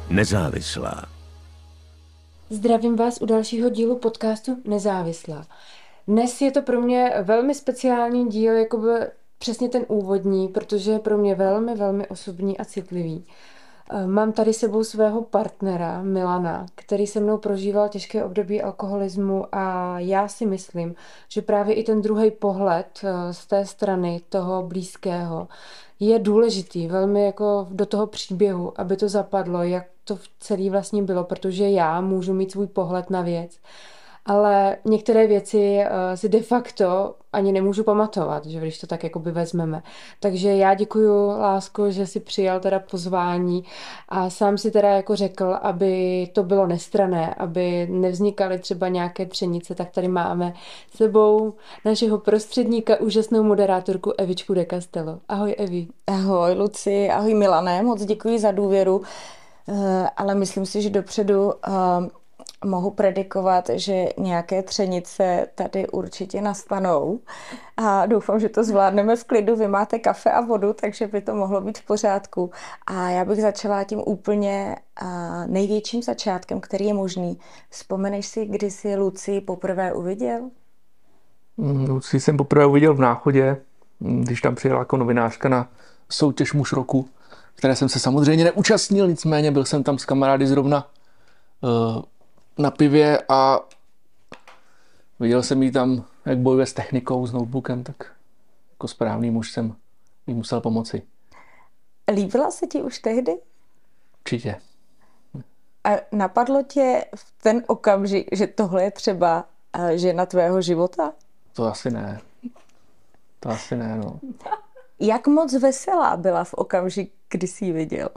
Nezávislá. Zdravím vás u dalšího dílu podcastu Nezávislá. Dnes je to pro mě velmi speciální díl, jakoby přesně ten úvodní, protože je pro mě velmi, velmi osobní a citlivý. Mám tady sebou svého partnera Milana, který se mnou prožíval těžké období alkoholismu a já si myslím, že právě i ten druhý pohled z té strany toho blízkého je důležitý, velmi jako do toho příběhu, aby to zapadlo, jak to celé vlastně bylo, protože já můžu mít svůj pohled na věc, ale některé věci si de facto ani nemůžu pamatovat, že když to tak jakoby vezmeme. Takže já děkuju, Lásko, že jsi přijal teda pozvání a sám si teda jako řekl, aby to bylo nestranné, aby nevznikaly třeba nějaké třenice, tak tady máme s sebou našeho prostředníka, úžasnou moderátorku Evičku de Castello. Ahoj, Evi. Ahoj, Luci, ahoj, Milane, moc děkuji za důvěru, ale myslím si, že dopředu mohu predikovat, že nějaké třenice tady určitě nastanou a doufám, že to zvládneme v klidu. Vy máte kafe a vodu, takže by to mohlo být v pořádku. A já bych začala tím úplně největším začátkem, který je možný. Vzpomeneš si, kdy jsi Luci poprvé uviděl? Luci jsem poprvé uviděl v Náchodě, když tam přijela jako novinářka na soutěž Muž roku, které jsem se samozřejmě neúčastnil, nicméně byl jsem tam s kamarády zrovna na pivě a viděl jsem jí tam, jak bojuje s technikou, s notebookem, tak jako správný muž jsem jí musel pomoci. Líbila se ti už tehdy? Určitě. A napadlo tě v ten okamžik, že tohle je třeba žena tvého života? To asi ne. No. Jak moc veselá byla v okamžik, kdy jsi ji viděl?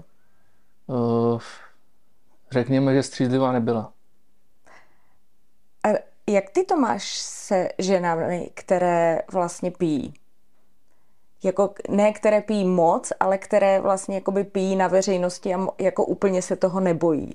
Řekněme, že střízlivá nebyla. A jak ty to máš se ženami, které vlastně pijí? Jako, ne které pijí moc, ale které vlastně jakoby pijí na veřejnosti a jako úplně se toho nebojí?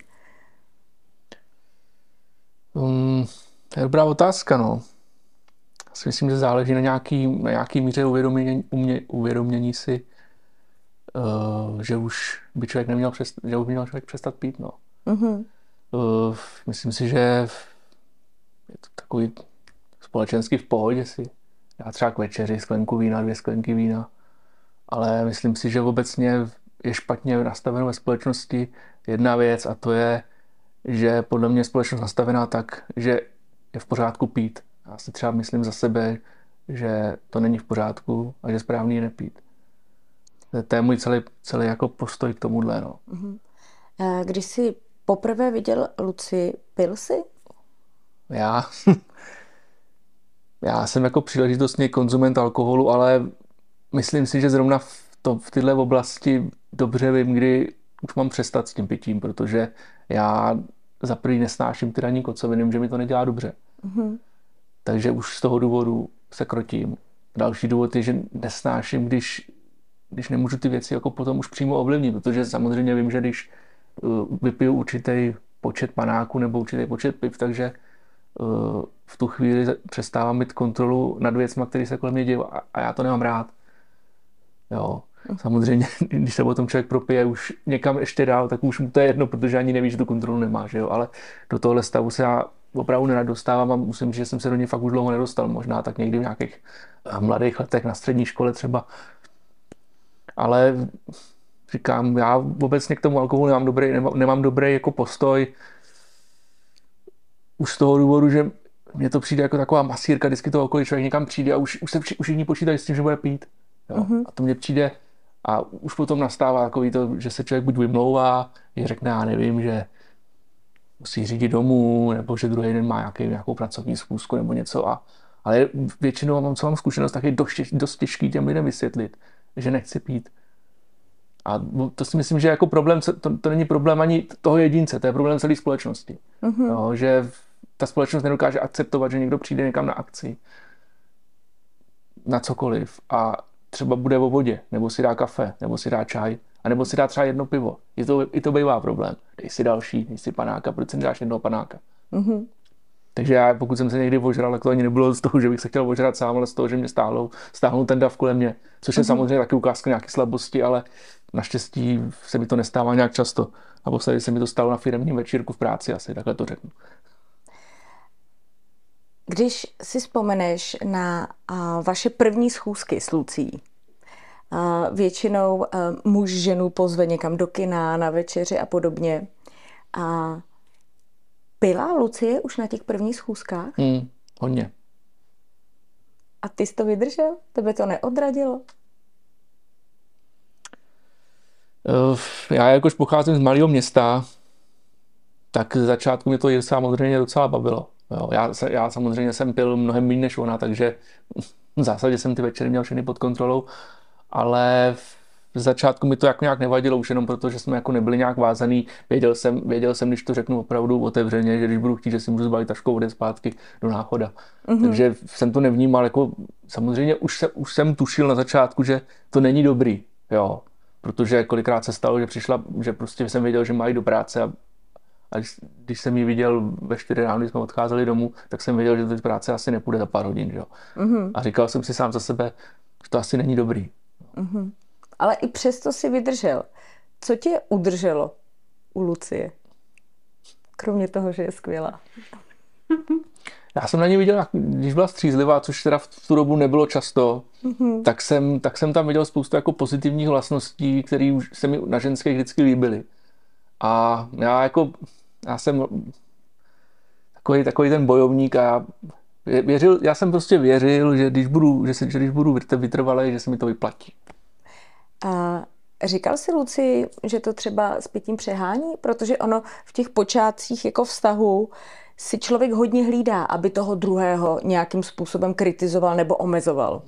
To je dobrá otázka, no. Já si myslím, že záleží na nějaký míře uvědomění si, že už by člověk měl člověk přestat pít, no. Mm-hmm. Myslím si, že je to takový společensky v pohodě si dá třeba k večeři sklenku vína, 2 sklenky vína, ale myslím si, že obecně je špatně nastaveno ve společnosti jedna věc a to je, že podle mě je společnost nastavená tak, že je v pořádku pít. Já si třeba myslím za sebe, že to není v pořádku a že správný je nepít. To je můj celý jako postoj k tomuhle. No. Mm-hmm. Když jsi poprvé viděl Luci, pil jsi? Já jsem jako příležitostný konzument alkoholu, ale myslím si, že zrovna v této oblasti dobře vím, kdy už mám přestat s tím pitím, protože já za první nesnáším tyraní kocoviny, vím, že mi to nedělá dobře. Mm-hmm. Takže už z toho důvodu se krotím. Další důvod je, že nesnáším, když nemůžu ty věci jako potom už přímo ovlivnit, protože samozřejmě vím, že když vypiju určitý počet panáků nebo určitý počet piv, takže v tu chvíli přestávám mít kontrolu nad věcma, které se kolem mě dějí a já to nemám rád. Jo. Samozřejmě, když se o tom člověk propije už někam ještě dál, tak už mu to je jedno, protože ani neví, že tu kontrolu nemá, že jo? Ale do tohohle stavu se já opravdu nedostávám a musím říct, že jsem se do něj fakt už dlouho nedostal. Možná tak někdy v nějakých mladých letech na střední škole třeba. Ale říkám, já obecně k tomu alkoholu nemám dobrý jako postoj. Už z toho důvodu, že mně to přijde jako taková masírka, vždycky toho okolí člověk někam přijde a už všichni počítají s tím, že bude pít. Jo? Mm-hmm. A to mně přijde a už potom nastává takový to, že se člověk buď vymlouvá, že řekne, já nevím, že musí řídit domů, nebo že druhý den má nějakou pracovní schůzku nebo něco. Ale většinou co mám zkušenost, tak je dost těžký těm lidem vysvětlit, že nechci pít. A to si myslím, že jako problém, to není problém ani toho jedince, to je problém celé společnosti. Mm-hmm. Jo, že ta společnost nedokáže akceptovat, že někdo přijde někam na akci, na cokoliv a třeba bude o vodě, nebo si dá kafe, nebo si dá čaj, a nebo si dá třeba jedno pivo. I to bývá problém. Dej si další, dej si panáka, proč si nedáš jednoho panáka? Mm-hmm. Takže já, pokud jsem se někdy ožral, tak to ani nebylo z toho, že bych se chtěl ožrat sám, ale z toho, že mě stáhnul ten dav kolem mě. Což je samozřejmě taky ukázka nějaké slabosti, ale naštěstí se mi to nestává nějak často. A posledně se mi to stalo na firemním večírku v práci, asi takhle to řeknu. Když si vzpomeneš na vaše první schůzky s Lucí, většinou muž ženu pozve někam do kina, na večeři a podobně. Byla Lucie už na těch prvních schůzkách? Hodně. A ty jsi to vydržel? Tebe to neodradilo? Já jakož pocházím z malého města, tak z začátku mě to samozřejmě docela bavilo. Jo, já samozřejmě jsem pil mnohem méně než ona, takže v zásadě jsem ty večery měl všechny pod kontrolou, ale v začátku mi to jako nějak nevadilo, už jenom proto, že jsme jako nebyli nějak vázaný. Věděl jsem, když to řeknu opravdu otevřeně, že když budu chtít, že si můžu zbalit taškou odjet zpátky do Náchoda. Takže jsem to nevnímal, jako samozřejmě už jsem tušil na začátku, že to není dobrý, jo. Protože kolikrát se stalo, že prostě jsem věděl, že mají do práce a když jsem ji viděl ve 4 ráno, když jsme odcházeli domů, tak jsem věděl, že do práce asi nepůjde za pár hodin, jo. A říkal jsem si sám za sebe, že to asi není dobrý. Ale i přesto si vydržel. Co tě udrželo u Lucie? Kromě toho, že je skvělá. Já jsem na ní viděl, když byla střízlivá, což teda v tu dobu nebylo často, tak jsem tam viděl spoustu jako pozitivních vlastností, které už se mi na ženské vždycky líbily. A já jsem takový ten bojovník a já jsem prostě věřil, že když budu vytrvalý, že se mi to vyplatí. A říkal jsi Luci, že to třeba s pitím přehání? Protože ono v těch počátcích jako vztahu si člověk hodně hlídá, aby toho druhého nějakým způsobem kritizoval nebo omezoval.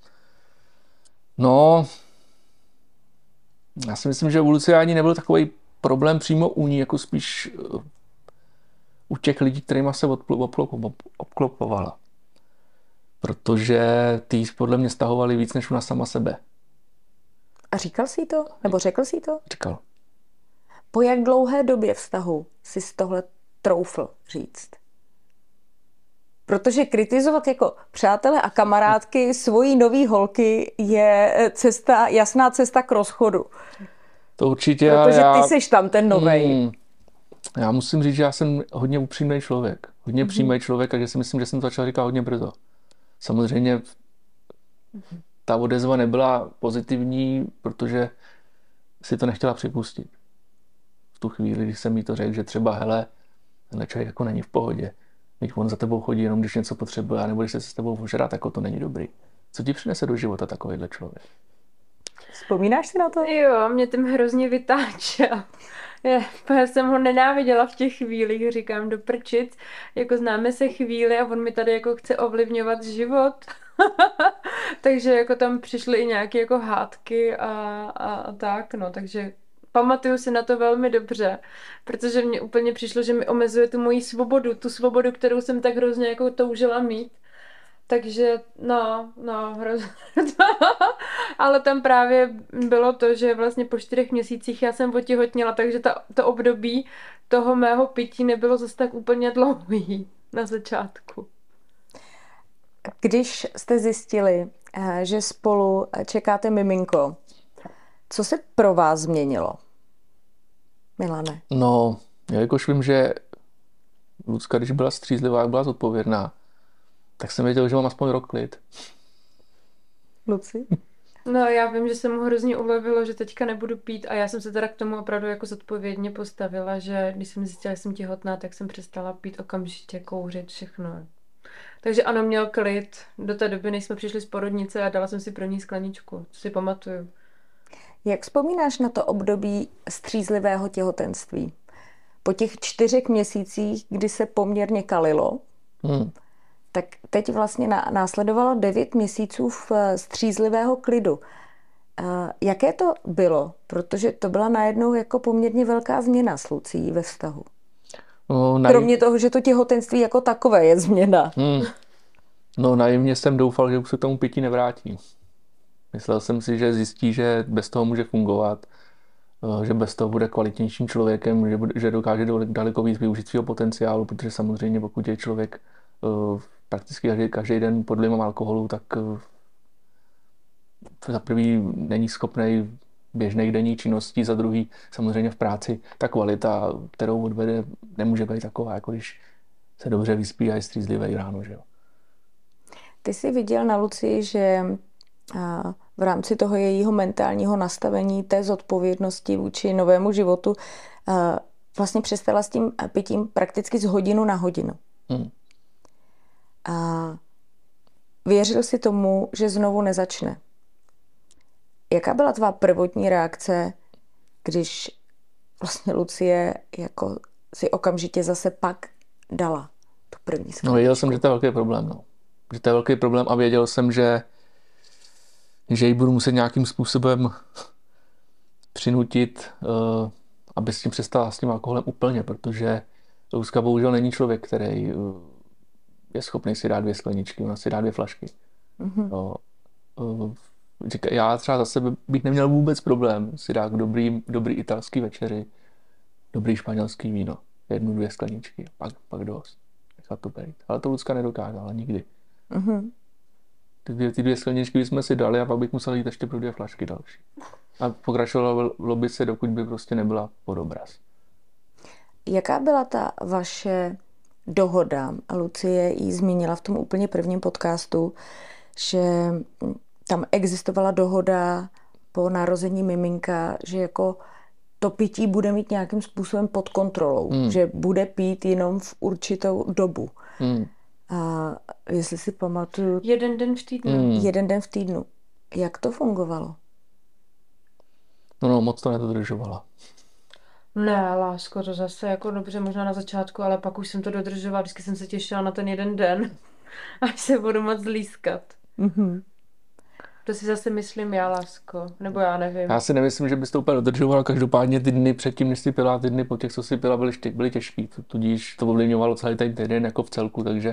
No, já si myslím, že u Lucie ani nebyl takový problém přímo u ní, jako spíš u těch lidí, kterýma se obklopovala. Protože ty podle mě stahovali víc než ona sama sebe. A říkal jsi to? Nebo řekl jsi to? Říkal. Po jak dlouhé době vztahu jsi tohle troufl říct? Protože kritizovat jako přátelé a kamarádky svojí nový holky je jasná cesta k rozchodu. To určitě. Protože ty seš tam ten novej. Já musím říct, že já jsem hodně upřímný člověk. Hodně přímý člověk, takže si myslím, že jsem to začal říkat hodně brzo. Samozřejmě ta odezva nebyla pozitivní, protože si to nechtěla připustit. V tu chvíli, když jsem jí to řekl, že třeba hele, tenhle člověk jako není v pohodě. Když on za tebou chodí jenom, když něco potřebuje, nebo když se s tebou ožrat, jako to není dobrý. Co ti přinese do života takovýhle člověk? Vzpomínáš si na to? Jo, mě tím hrozně vytáčel. Já jsem ho nenáviděla v těch chvílích, říkám do prčic, jako známe se chvíli a on mi tady jako chce ovlivňovat život. Takže jako tam přišly i nějaké jako hádky a tak, no, takže pamatuju si na to velmi dobře, protože mně úplně přišlo, že mi omezuje tu moji svobodu, tu svobodu, kterou jsem tak hrozně jako toužila mít. Takže no, hrozně. Ale tam právě bylo to, že vlastně po 4 měsících já jsem otěhotněla, takže to období toho mého pití nebylo zase tak úplně dlouhý na začátku. Když jste zjistili, že spolu čekáte miminko, co se pro vás změnilo? Milane? No, jelikož vím, že Lucka, když byla střízlivá, jak byla zodpovědná, tak jsem věděl, že mám aspoň rok klid. Luci? No, já vím, že se mu hrozně ulevilo, že teďka nebudu pít a já jsem se teda k tomu opravdu jako zodpovědně postavila, že když jsem zjistila, že jsem těhotná, tak jsem přestala pít okamžitě, kouřit, všechno. Takže ano, měl klid do té doby, než jsme přišli z porodnice a dala jsem si pro ní skleničku, co si pamatuju. Jak vzpomínáš na to období střízlivého těhotenství? Po těch 4 měsících, kdy se poměrně kalilo, tak teď vlastně následovalo 9 měsíců v střízlivého klidu. Jaké to bylo? Protože to byla najednou jako poměrně velká změna s Lucí ve vztahu. Kromě toho, že to těhotenství jako takové je změna. No naivně jsem doufal, že už se k tomu pití nevrátí. Myslel jsem si, že zjistí, že bez toho může fungovat. že bez toho bude kvalitnějším člověkem, že dokáže daleko víc využít svého potenciálu, protože samozřejmě pokud je člověk prakticky každý den pod vlivem alkoholu, tak za prvý není schopný běžných denní činností, za druhý samozřejmě v práci ta kvalita, kterou odvede, nemůže být taková, jako když se dobře vyspí a je střízlivý ráno. Že jo. Ty jsi viděl na Lucii, že v rámci toho jejího mentálního nastavení, té zodpovědnosti vůči novému životu, vlastně přestala s tím pitím prakticky z hodinu na hodinu. A věřil si tomu, že znovu nezačne. Jaká byla tvá prvotní reakce, když vlastně Lucie jako si okamžitě zase pak dala tu první skleničku? No, věděl jsem, že to je velký problém. No. Že to je velký problém a věděl jsem, že ji budu muset nějakým způsobem přinutit, aby s tím přestala s tím alkoholem úplně, protože Luzka bohužel není člověk, který je schopný si dát 2 skleničky, ona si dá 2 flašky. No, já třeba za sebe bych neměl vůbec problém si dát dobrý italský večeři, dobrý španělský víno, 1, 2 skleničky, pak dost. Nechat to být. Ale to Luzka nedokázala nikdy. Ty 2 skleničky bychom si dali a pak bych musel jít ještě pro 2 flašky další. A pokračovalo by se, dokud by prostě nebyla pod obraz. Jaká byla ta vaše dohoda? Lucie ji zmínila v tom úplně prvním podcastu, že tam existovala dohoda po narození miminka, že jako to pití bude mít nějakým způsobem pod kontrolou, že bude pít jenom v určitou dobu. A jestli si pamatuju... 1 den v týdnu. 1 den v týdnu. Jak to fungovalo? No, moc to nedodržovala. Ne, lásko, to zase jako dobře možná na začátku, ale pak už jsem to dodržovala, vždycky jsem se těšila na ten 1 den, až se budu moc lískat. To si zase myslím já, lásko, nebo já nevím. Já si nemyslím, že bys to úplně dodržovala, každopádně ty dny předtím, než jsi pila, ty dny po těch, co jsi pila, byly těžký, tudíž to ovlivňovalo celý ten týden jako v celku, takže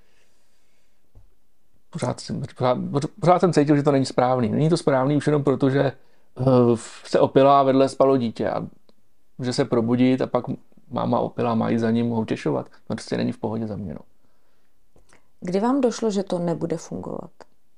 pořád jsem cítil, že to není správný. Není to správný už jenom proto, že se opila a vedle spalo dítě a že se probudit a pak máma opila, má jít za ním, ho utěšovat. To prostě není v pohodě za mě. No. Kdy vám došlo, že to nebude fungovat?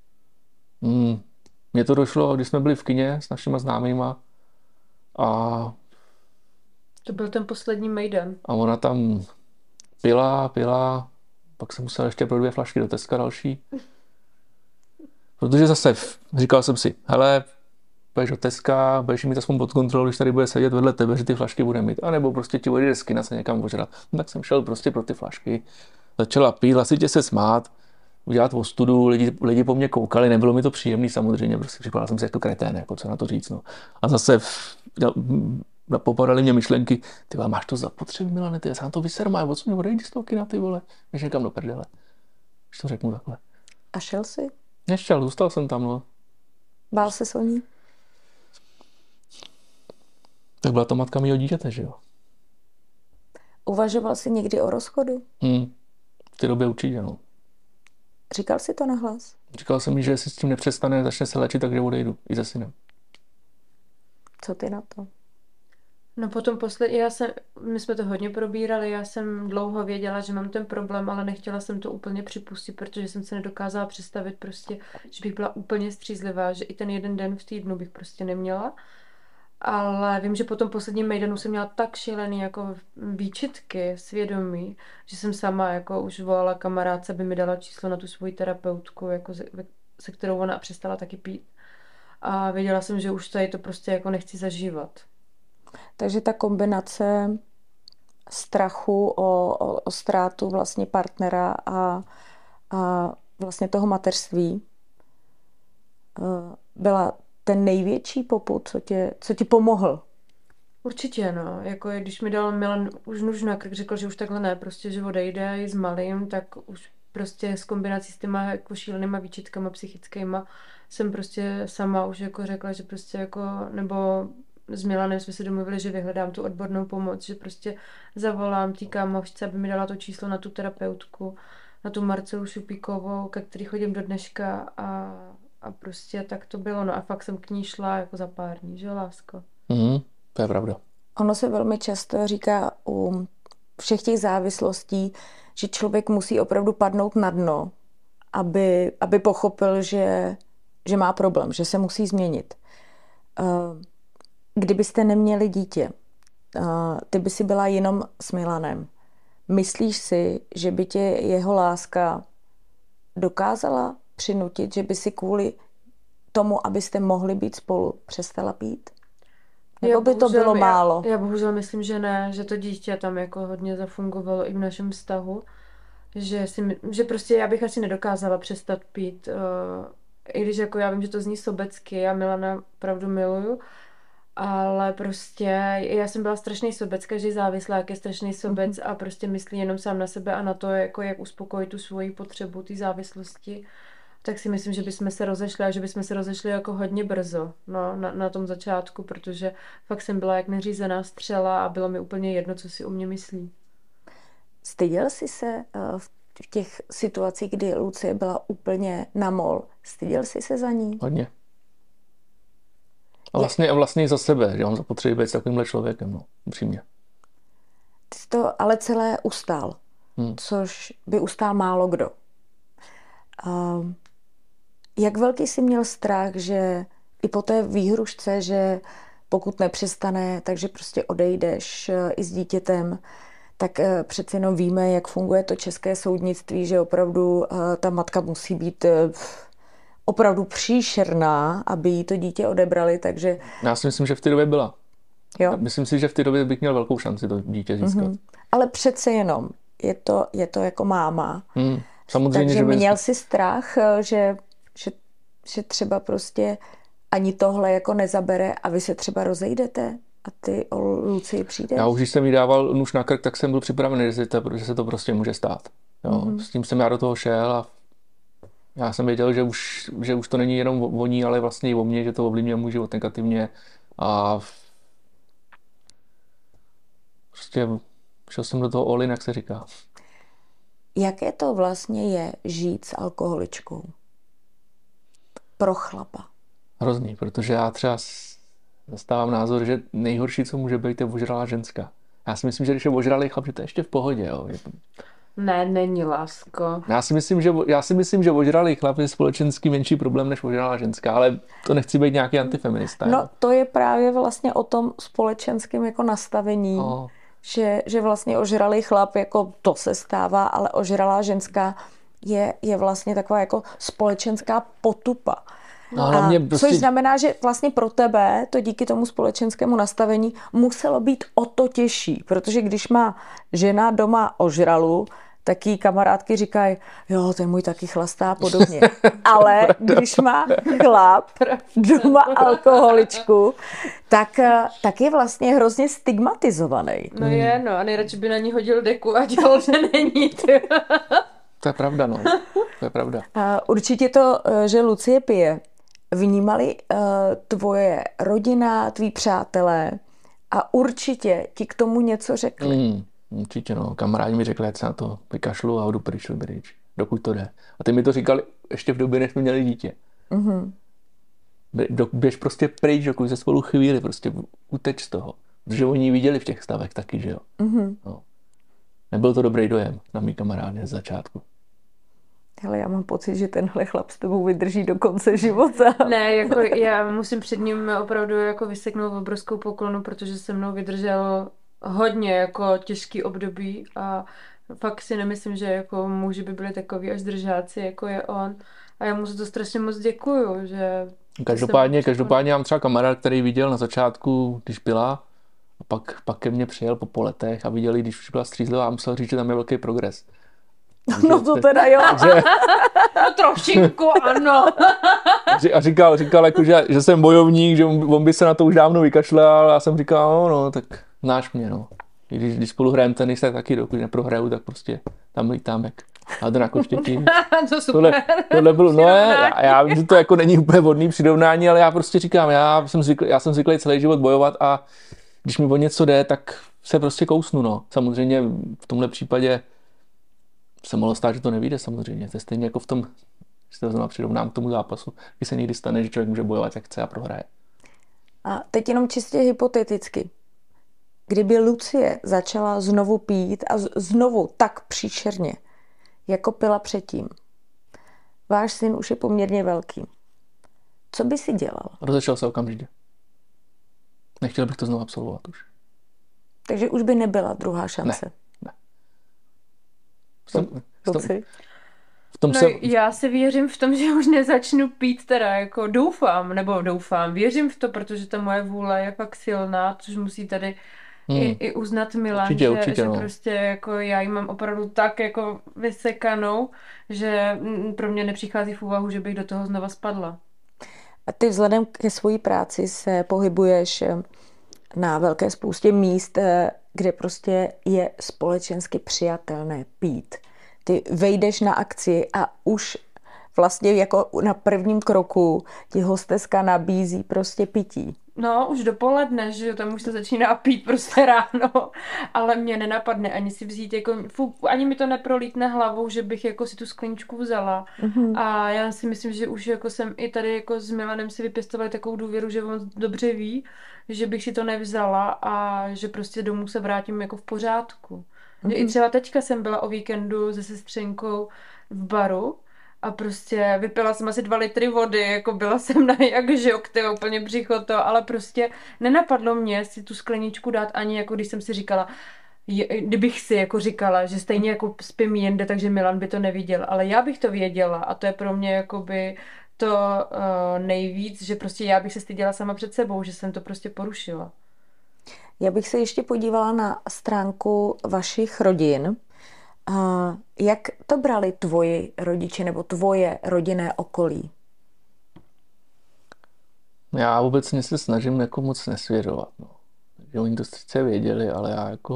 Mně to došlo, když jsme byli v kině s našima známýma a... To byl ten poslední mejdan. A ona tam pila, pak jsem musel ještě pro 2 flašky do Teska další. Protože zase říkal jsem si, hele, půjdeš do Teska, budeš mít aspoň pod kontrolou, když tady bude sedět vedle tebe, že ty flašky bude mít. A nebo prostě ti odjede z kina se někam ožrat. No, tak jsem šel prostě pro ty flašky. Začala pít, hlasitě se smát, udělat ostudu, lidi po mně koukali, nebylo mi to příjemný samozřejmě, prostě připadal jsem si jako kretén, jako co na to říct. No. A zase popadaly mě myšlenky, ty vole, máš to zapotřebí, Milane, ty se na to vysermáš, o co mě odejdi z toho kina, ty vole, než někam do prdele. Když to řeknu takhle. A šel jsi? Nešel, zůstal jsem tam, no. Bál se o ní? Tak byla to matka mýho dítěte, že jo. Uvažoval jsi někdy o rozchodu? V té době určitě, no. Říkal jsi to nahlas? Říkal jsem jí, že si s tím nepřestane, začne se léčit, takže odejdu. I se synem. Co ty na to? No potom my jsme to hodně probírali, já jsem dlouho věděla, že mám ten problém, ale nechtěla jsem to úplně připustit, protože jsem se nedokázala představit prostě, že bych byla úplně střízlivá, že i ten 1 den v týdnu bych prostě neměla. Ale vím, že po tom posledním mejdanu jsem měla tak šílený jako výčitky, svědomí, že jsem sama jako už volala kamarádce, aby mi dala číslo na tu svoji terapeutku, jako se kterou ona přestala taky pít. A věděla jsem, že už tady to prostě jako nechci zažívat. Takže ta kombinace strachu o ztrátu vlastně partnera a vlastně toho mateřství byla ten největší popud, co ti pomohl? Určitě, no. Jako když mi dal Milan už nůž na krk, řekl, že už takhle ne, prostě, že odejde i s malým, tak už prostě s kombinací s těma jako šílenýma výčitkama psychickýma jsem prostě sama už jako řekla, že prostě jako, nebo s Milanem jsme si domluvili, že vyhledám tu odbornou pomoc, že prostě zavolám té kámošce, aby mi dala to číslo na tu terapeutku, na tu Marcelu Šupíkovou, ke který chodím do dneška a prostě tak to bylo, no a fakt jsem k ní šla jako za pár dní, že lásko? To je pravda. Ono se velmi často říká u všech těch závislostí, že člověk musí opravdu padnout na dno, aby pochopil, že má problém, že se musí změnit. Kdybyste neměli dítě, ty by si byla jenom s Milanem. Myslíš si, že by tě jeho láska dokázala přinutit, že by si kvůli tomu, abyste mohli být spolu, přestala pít? Nebo by to bylo málo? Já bohužel myslím, že ne, že to dítě tam jako hodně zafungovalo i v našem vztahu, že prostě já bych asi nedokázala přestat pít, i když jako já vím, že to zní sobecky, já Milana opravdu miluju, ale prostě já jsem byla strašný sobec, každý závislák je strašný sobec a prostě myslí jenom sám na sebe a na to, jako jak uspokojit tu svoji potřebu, ty závislosti. Tak si myslím, že bychom se rozešli a že bychom se rozešli jako hodně brzo, no, na tom začátku, protože fakt jsem byla jak neřízená střela a bylo mi úplně jedno, co si o mě myslí. Styděl jsi se v těch situacích, kdy Lucie byla úplně na mol, styděl jsi se za ní? Hodně. A vlastně i za sebe, že mám zapotřebí být s takovýmhle člověkem, no, upřímně. Ty jsi to ale celé ustál, což by ustál málo kdo. Jak velký jsi měl strach, že i po té výhrušce, že pokud nepřestane, takže prostě odejdeš i s dítětem, tak přece jenom víme, jak funguje to české soudnictví, že opravdu ta matka musí být opravdu příšerná, aby jí to dítě odebrali, takže... Já si myslím, že v té době byla. Jo? Myslím si, že v té době bych měl velkou šanci to dítě získat. Ale přece jenom, je to jako máma. Samozřejmě, takže že měl jsi strach, že třeba prostě ani tohle jako nezabere a vy se třeba rozejdete a ty o Lucii přijdeš? Já už, když jsem jí dával nůž na krk, tak jsem byl připravený, že se to prostě může stát. Jo. S tím jsem já do toho šel a já jsem věděl, že už to není jenom o ní, ale vlastně i o mně, že to ovlivňuje můj život negativně a prostě šel jsem do toho all in, jak se říká. Jaké to vlastně je žít s alkoholičkou? Pro chlapa. Hrozný, protože já třeba zastávám názor, že nejhorší, co může být, je ožralá ženská. Já si myslím, že když je ožralý chlap, že to je ještě v pohodě. Jo. Ne, není, lásko. Já si myslím, že ožralý chlap je společenský menší problém než ožralá ženská, ale to nechci být nějaký antifeminista. No, jo. to je právě vlastně o tom společenském jako nastavení, že vlastně ožralý chlap, jako to se stává, ale ožralá ženská je vlastně taková jako společenská potupa. No, Což znamená, že vlastně pro tebe to díky tomu společenskému nastavení muselo být o to těžší, protože když má žena doma ožralu, tak jí kamarádky říkají, jo, to je můj taky chlastá a podobně. Ale když má chlap doma alkoholičku, tak je vlastně hrozně stigmatizovaný. No je, no a nejradši by na ní hodil deku a dělal, že není. To je pravda, no. To je pravda. Určitě to, že Lucie pije, vnímali tvoje rodina, tví přátelé a určitě ti k tomu něco řekli. Určitě, no. Kamarádi mi řekli, ať se na to vykašlu a jdu pryč, dokud to jde. A ty mi to říkali ještě v době, než jsme měli dítě. Běž prostě pryč, dokud se spolu chvíli, prostě uteč z toho. Protože oni viděli v těch stavech taky, že jo. No. Nebyl to dobrý dojem na mý kamarády z začátku. Hele, já mám pocit, že tenhle chlap s tebou vydrží do konce života. Ne, jako já musím před ním opravdu jako vyseknout obrovskou poklonu, protože se mnou vydržel hodně jako těžký období a fakt si nemyslím, že jako muži by byli takový až držáci, jako je on. A já mu za to strašně moc děkuju, že... Každopádně mám třeba kamarád, který viděl na začátku, když byla, a pak ke mně přijel po letech a viděli, když už byla střízlivá a musel říct, že tam je velký progres. No to teda jo. Trošinku, ano. A říkal jako, že jsem bojovník, že on by se na to už dávno vykašlal a já jsem říkal, no tak znáš mě, no. Když spolu hrajeme tenis, tak taky, dokud neprohraju, tak prostě tam lítám jak hadr na koštěti. To super. Tohle bylo, no já vím, že to jako není úplně vhodný přirovnání, ale já prostě říkám, já jsem zvyklý celý život bojovat a když mi o něco jde, tak se prostě kousnu, no. Samozřejmě v tomhle případě se mohlo stát, že to nevyjde samozřejmě. To je stejně jako v tom, že se to znovu přirovnám k tomu zápasu, kdy se někdy stane, že člověk může bojovat jak chce a prohraje. A teď jenom čistě hypoteticky. Kdyby Lucie začala znovu pít a znovu tak příšerně, jako pila předtím, váš syn už je poměrně velký. Co by si dělal? Rozešel se okamžitě. Nechtěl bych to znovu absolvovat už. Takže už by nebyla druhá šance. Ne. Já si věřím v tom, že už nezačnu pít teda, jako doufám, věřím v to, protože ta moje vůle je fakt silná, což musí tady i uznat Milan, určitě, že no. prostě jako já ji mám opravdu tak jako vysekanou, že pro mě nepřichází v úvahu, že bych do toho znova spadla. A ty vzhledem ke své práci se pohybuješ na velké spoustě míst, kde prostě je společensky přijatelné pít. Ty vejdeš na akci a už vlastně jako na prvním kroku ti hosteska nabízí prostě pití. No, už dopoledne, že jo, tam už se začíná pít prostě ráno, ale mě nenapadne ani si vzít, jako, ani mi to neprolítne hlavou, že bych jako si tu skleničku vzala. A já si myslím, že už jako jsem i tady jako s Milanem si vypěstovali takovou důvěru, že on dobře ví, že bych si to nevzala a že prostě domů se vrátím jako v pořádku. Že i třeba teďka jsem byla o víkendu se sestřenkou v baru a prostě vypila jsem asi 2 litry vody, jako byla jsem na jak žok, ty úplně břicho to, ale prostě nenapadlo mě si tu skleničku dát ani jako když jsem si říkala, kdybych si jako říkala, že stejně jako spím jinde, takže Milan by to neviděl, ale já bych to věděla a to je pro mě jakoby to nejvíc, že prostě já bych se styděla sama před sebou, že jsem to prostě porušila. Já bych se ještě podívala na stránku vašich rodin. Jak to brali tvoji rodiče nebo tvoje rodinné okolí? Já obecně se snažím jako moc nesvěřovat. No. Takže oni to sice věděli, ale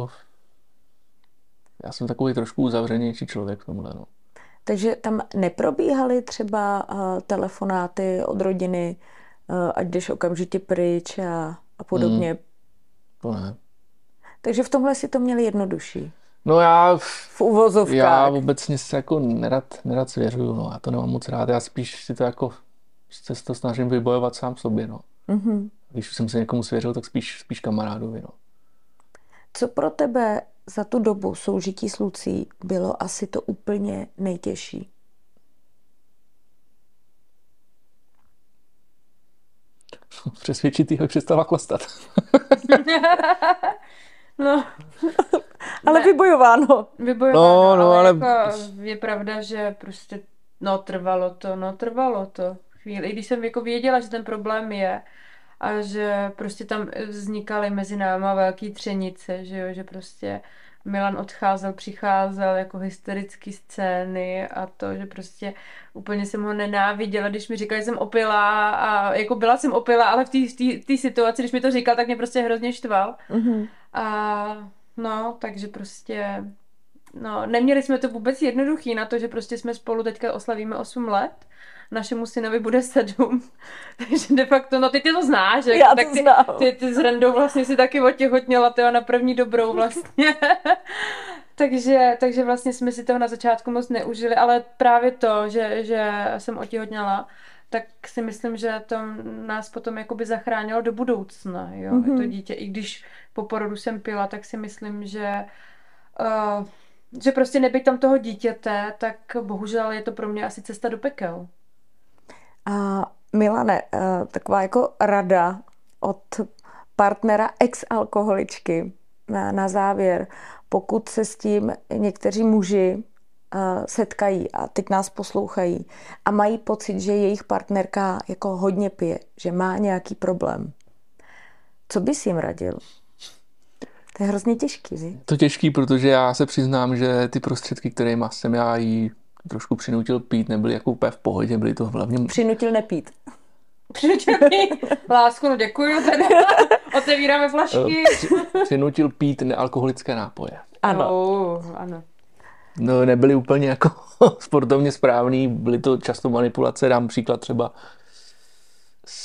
já jsem takový trošku uzavřenější člověk v tomhle. No. Takže tam neprobíhaly třeba telefonáty od rodiny, ať jdeš okamžitě pryč a podobně? To ne. Takže v tomhle si to měli jednodušší. No v uvozovkách. Já obecně se jako nerad svěřuju, no. Já to nemám moc rád, já spíš si to jako se to snažím vybojovat sám sobě, no. Když jsem se někomu svěřil, tak spíš kamarádovi, no. Co pro tebe za tu dobu soužití s Lucí bylo asi to úplně nejtěžší? Přesvědčit jí, aby přestala chlastat. No. Ale vybojováno. No, ale jako je pravda, že prostě trvalo to chvíli. I když jsem jako věděla, že ten problém je a že prostě tam vznikaly mezi náma velký třenice, že jo, že prostě Milan odcházel, přicházel jako hysterické scény a to, že prostě úplně jsem ho nenáviděla, když mi říkali, že jsem opilá a jako byla jsem opilá, ale v té situaci, když mi to říkal, tak mě prostě hrozně štval. A no, takže prostě neměli jsme to vůbec jednoduchý na to, že prostě jsme spolu teďka oslavíme 8 let. Našemu synovi bude 7. Takže de facto, ty to znáš, že? Já tak to znám. Ty s Rendou vlastně si taky otěhotněla, tyjo, na první dobrou vlastně. takže vlastně jsme si toho na začátku moc neužili, ale právě to, že jsem otěhotněla, tak si myslím, že to nás potom jakoby zachránilo do budoucna, jo, to dítě. I když po porodu jsem pila, tak si myslím, že prostě nebýt tam toho dítěte, tak bohužel je to pro mě asi cesta do pekel. A Milane, taková jako rada od partnera ex-alkoholičky na závěr, pokud se s tím někteří muži setkají a teď nás poslouchají a mají pocit, že jejich partnerka jako hodně pije, že má nějaký problém. Co bys jim radil? To je hrozně těžký, že? To těžký, protože já se přiznám, že ty prostředky, které jsem já jí trošku přinutil pít, nebyly jako úplně v pohodě, byly to hlavně... Přinutil nepít. Přinutil pít. Lásku, no děkuju, tady otevíráme flašky. Přinutil pít nealkoholické nápoje. Ano. Ano. No, nebyly úplně jako sportovně správný, byly to často manipulace, dám příklad třeba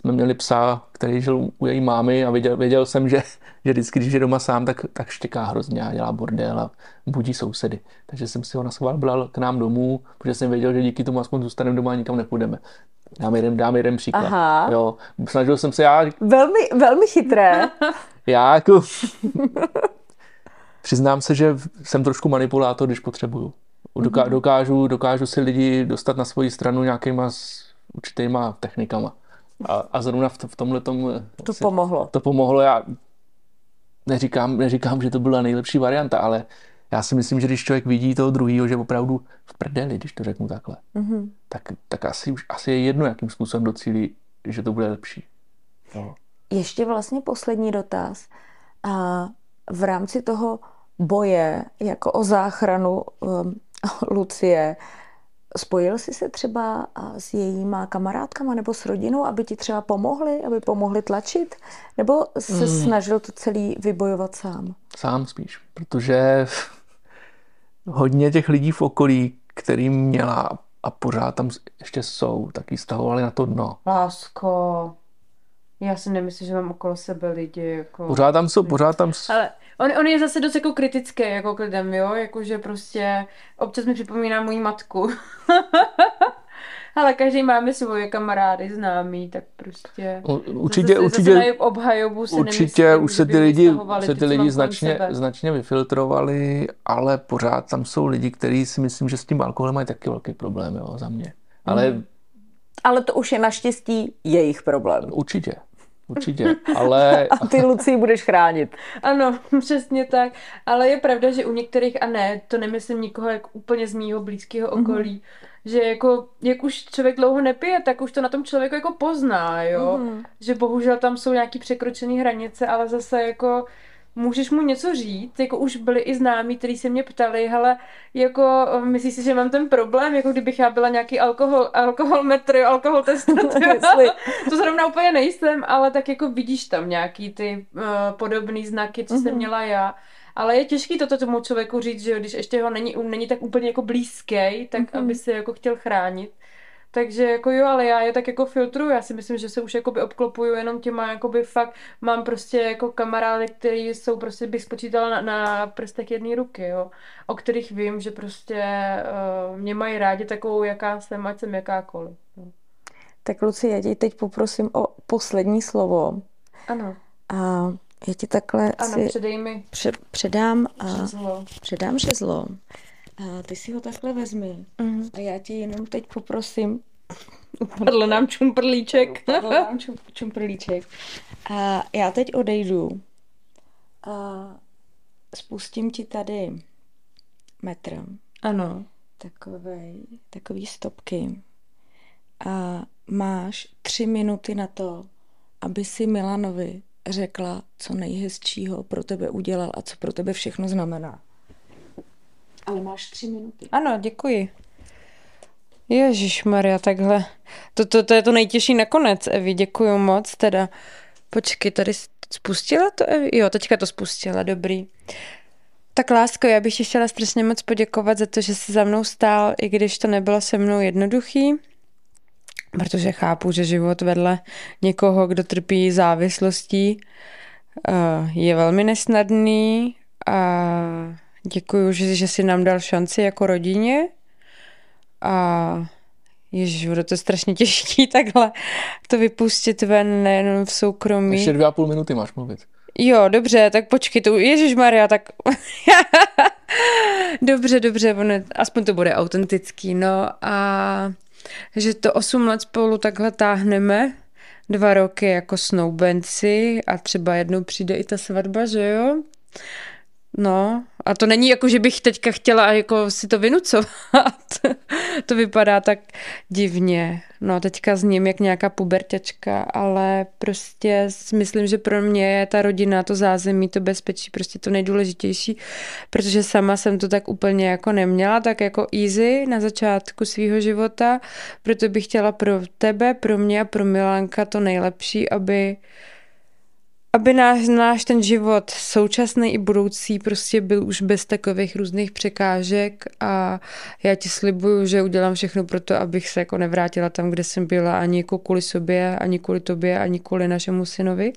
jsme měli psa, který žil u její mámy a věděl jsem, že vždycky, když je doma sám, tak štěká hrozně a dělá bordel a budí sousedy. Takže jsem si ho naschvál bral k nám domů, protože jsem věděl, že díky tomu aspoň zůstaneme doma a nikam nepůjdeme. Dám jeden příklad. Aha. Jo, snažil jsem se já... Velmi chytré. Já jako... Přiznám se, že jsem trošku manipulátor, když potřebuju. Dokážu si lidi dostat na svoji stranu nějakýma určitýma technikama. A zrovna v tomhletom... To pomohlo. To pomohlo. Já neříkám, že to byla nejlepší varianta, ale já si myslím, že když člověk vidí toho druhýho, že opravdu v prdeli, když to řeknu takhle, tak asi je jedno, jakým způsobem docílí, že to bude lepší. No. Ještě vlastně poslední dotaz. A v rámci toho boje jako o záchranu Lucie, spojil jsi se třeba s jejíma kamarádkama nebo s rodinou, aby ti třeba pomohli tlačit? Nebo se snažil to celý vybojovat sám? Sám spíš, protože hodně těch lidí v okolí, kterým měla a pořád tam ještě jsou, tak jí stahovali na to dno. Lásko, já si nemyslím, že mám okolo sebe lidi. Jako... Pořád tam jsou. Ale on je zase dost jako kritický jako k lidem, jo? Jakože prostě občas mi připomíná moji matku. Ale každý máme svoje kamarády, známí, tak prostě... Určitě obhajobu se určitě nemyslím, už se ty lidi značně vyfiltrovali, ale pořád tam jsou lidi, kteří si myslím, že s tím alkoholem mají taky velký problém, jo, za mě. Ale to už je naštěstí jejich problém. Určitě, ale... A ty, Lucii, budeš chránit. Ano, přesně tak. Ale je pravda, že u některých, a ne, to nemyslím nikoho jak úplně z mýho blízkého okolí, že jako, jak už člověk dlouho nepije, tak už to na tom člověku jako pozná, jo. Že bohužel tam jsou nějaký překročené hranice, ale zase jako můžeš mu něco říct, jako už byli i známí, kteří se mě ptali, hele, jako myslíš si, že mám ten problém, jako kdybych já byla nějaký alkoholmetr, alkohol testatel, to zrovna úplně nejsem, ale tak jako vidíš tam nějaký ty podobné znaky, co jsem měla já. Ale je těžký toto tomu člověku říct, že když ještě ho není tak úplně jako blízký, tak aby se jako chtěl chránit. Takže jako jo, ale já je tak jako filtruju, já si myslím, že se už jakoby obklopuju jenom těma, jakoby fakt mám prostě jako kamarády, který jsou prostě, bych spočítala na prstech jedné ruky, jo, o kterých vím, že prostě mě mají rádi takovou, jaká jsem, ať jsem jakákoliv. No. Tak Luci, já tě teď poprosím o poslední slovo. Ano. A já ti takhle předej mi. Předám žezlo. A ty si ho takhle vezmi. A já ti jenom teď poprosím. Upadl nám čumprlíček. Čumprlíček. A já teď odejdu. A spustím ti tady metr. Ano. Takový stopky. A máš 3 minuty na to, aby si Milanovi řekla, co nejhezčího pro tebe udělal a co pro tebe všechno znamená. Ale máš 3 minuty. Ano, děkuji. Ježišmarja, takhle. To je to nejtěžší nakonec, Evi, děkuju moc teda. Počkej, tady spustila to, Evi? Jo, teďka to spustila, dobrý. Tak lásko, já bych ti chtěla strašně moc poděkovat za to, že jsi za mnou stál, i když to nebylo se mnou jednoduchý, protože chápu, že život vedle někoho, kdo trpí závislostí, je velmi nesnadný a děkuju, že jsi nám dal šanci jako rodině a ježiš, bude to strašně těžký takhle to vypustit ven, nejenom v soukromí. Ještě 2,5 minuty máš mluvit. Jo, dobře, tak počkej, ježišmarja, tak dobře, aspoň to bude autentický, no a že to 8 let spolu takhle táhneme, 2 roky jako snoubenci a třeba jednou přijde i ta svatba, že jo? No, a to není jako, že bych teďka chtěla jako si to vynucovat. To vypadá tak divně. No, teďka zním jak nějaká puberťačka, ale prostě myslím, že pro mě je ta rodina, to zázemí, to bezpečí prostě to nejdůležitější, protože sama jsem to tak úplně jako neměla, tak jako easy na začátku svýho života, proto bych chtěla pro tebe, pro mě a pro Milánka to nejlepší, aby aby náš ten život současný i budoucí prostě byl už bez takových různých překážek a já ti slibuju, že udělám všechno pro to, abych se jako nevrátila tam, kde jsem byla, ani jako kvůli sobě, ani kvůli tobě, ani kvůli našemu synovi.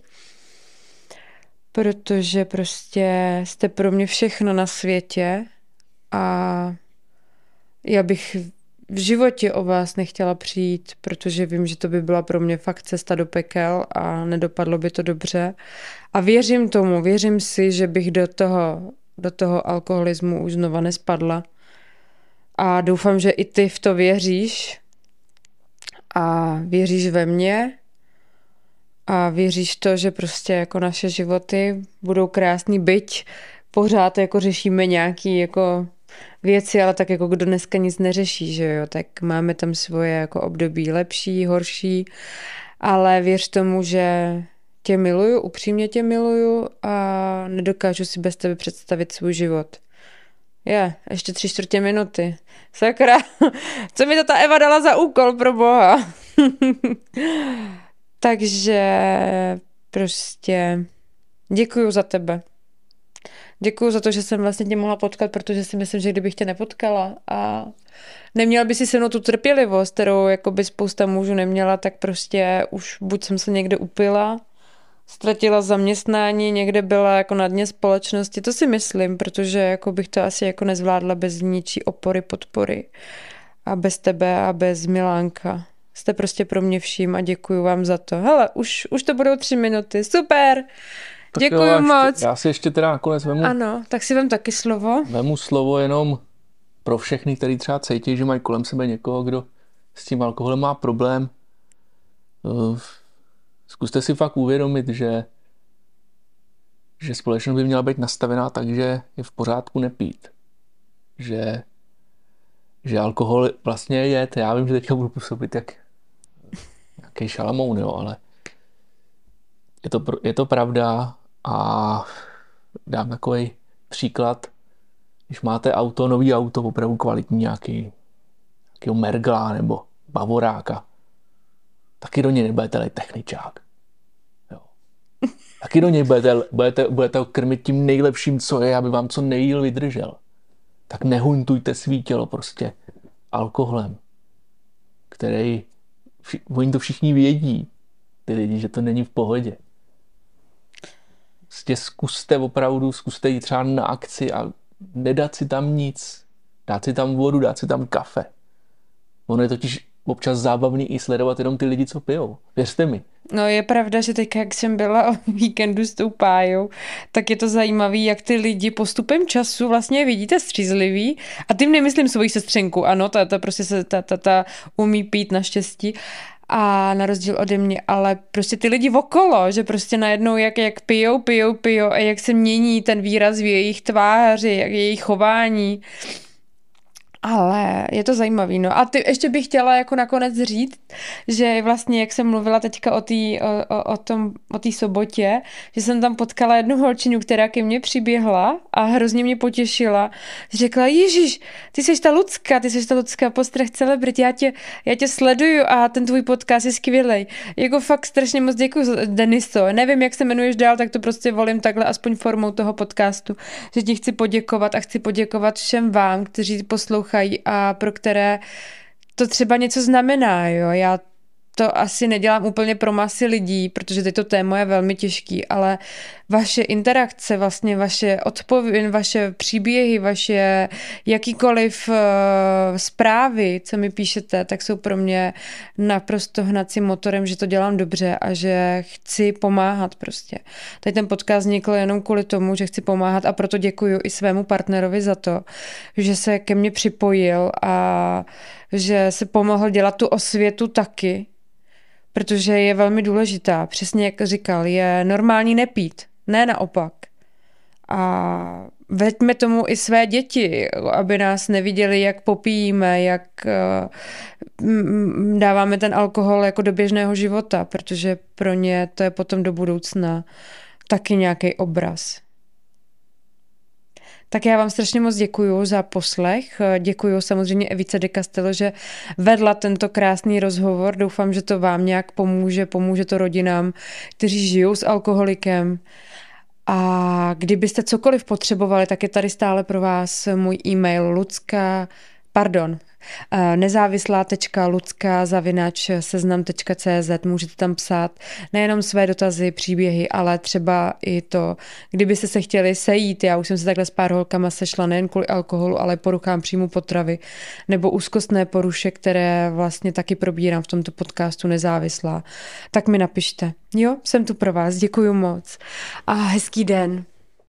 Protože prostě jste pro mě všechno na světě a já bych v životě o vás nechtěla přijít, protože vím, že to by byla pro mě fakt cesta do pekel a nedopadlo by to dobře. A věřím si, že bych do toho alkoholismu už znova nespadla. A doufám, že i ty v to věříš a věříš ve mě a věříš to, že prostě jako naše životy budou krásný, byť pořád jako řešíme nějaký jako věci, ale tak jako kdo dneska nic neřeší, že jo, tak máme tam svoje jako období lepší, horší, ale věř tomu, že tě miluju, upřímně tě miluju a nedokážu si bez tebe představit svůj život. Ještě 3/4 minuty. Sakra, co mi to ta Eva dala za úkol, pro boha. Takže prostě děkuju za tebe. Děkuju za to, že jsem vlastně tě mohla potkat, protože si myslím, že kdybych tě nepotkala a neměla by si se mnou tu trpělivost, kterou jakoby spousta mužů neměla, tak prostě už buď jsem se někde upila, ztratila zaměstnání, někde byla jako na dně společnosti, to si myslím, protože jako bych to asi jako nezvládla bez ničí opory, podpory a bez tebe a bez Milánka. Jste prostě pro mě vším a děkuju vám za to. Hele, už to budou 3 minuty, super! Tak děkuju jo, moc. Já si ještě teda nakonec vemu. Ano, tak si vem taky slovo. Vemu slovo jenom pro všechny, kteří třeba cítí, že mají kolem sebe někoho, kdo s tím alkoholem má problém. Zkuste si fakt uvědomit, že společnost by měla být nastavená tak, že je v pořádku nepít. Že alkohol vlastně je jed. Já vím, že teďka budu působit jak nějaký Šalamoun, jo, ale je to pravda a dám takový příklad. Když máte nový auto, opravdu kvalitní nějakého Mergla nebo Bavoráka, taky do něj nebudete lejt techničák. Jo. Taky do něj budete ho krmit tím nejlepším, co je, aby vám co nejdýl vydržel. Tak nehuntujte svý tělo prostě alkoholem, oni to všichni vědí, ty lidi, že to není v pohodě. Prostě zkuste jít třeba na akci a nedat si tam nic. Dát si tam vodu, dát si tam kafe. Ono je totiž občas zábavný i sledovat jenom ty lidi, co pijou. Věřte mi. No je pravda, že teď, jak jsem byla o víkendu s tou Pájou, tak je to zajímavý, jak ty lidi postupem času vlastně vidíte střízlivý. A tím nemyslím svoji sestřenku, ano, ta prostě ta umí pít naštěstí. A na rozdíl ode mě, ale prostě ty lidi okolo, že prostě najednou jak pijou a jak se mění ten výraz v jejich tváři, jak jejich chování. Ale je to zajímavý, no. A ještě bych chtěla jako nakonec říct, že vlastně, jak jsem mluvila teďka o té sobotě, že jsem tam potkala jednu holčinu, která ke mně přiběhla a hrozně mě potěšila. Řekla, Ježíš, ty jsi ta Lucka, postrach celebrit, já tě sleduju a ten tvůj podcast je skvělej. Jako fakt strašně moc děkuji, Deniso. Nevím, jak se jmenuješ dál, tak to prostě volím takhle aspoň formou toho podcastu, že ti chci poděkovat a chci poděkovat všem vám, kteří poslouchají a pro které to třeba něco znamená, jo. Já to asi nedělám úplně pro masy lidí, protože teď to téma je velmi těžký, ale vaše interakce, vlastně vaše odpovědi, vaše příběhy, vaše jakýkoliv zprávy, co mi píšete, tak jsou pro mě naprosto hnacím motorem, že to dělám dobře a že chci pomáhat prostě. Tady ten podcast vznikl jenom kvůli tomu, že chci pomáhat a proto děkuji i svému partnerovi za to, že se ke mně připojil a že se pomohl dělat tu osvětu taky, protože je velmi důležitá. Přesně jak říkal, je normální nepít, ne naopak. A veďme tomu i své děti, aby nás neviděli, jak popíjíme, jak dáváme ten alkohol jako do běžného života, protože pro ně to je potom do budoucna taky nějaký obraz. Tak já vám strašně moc děkuju za poslech. Děkuju samozřejmě Evice de Castello, že vedla tento krásný rozhovor. Doufám, že to vám nějak pomůže to rodinám, kteří žijou s alkoholikem. A kdybyste cokoliv potřebovali, tak je tady stále pro vás můj e-mail nezávislá.lucka@seznam.cz. Můžete tam psát nejenom své dotazy, příběhy, ale třeba i to, kdybyste se chtěli sejít. Já už jsem se takhle s pár holkama sešla nejen kvůli alkoholu, ale poruchám příjmu potravy nebo úzkostné poruše, které vlastně taky probírám v tomto podcastu Nezávislá. Tak mi napište. Jo, jsem tu pro vás. Děkuju moc. A hezký den.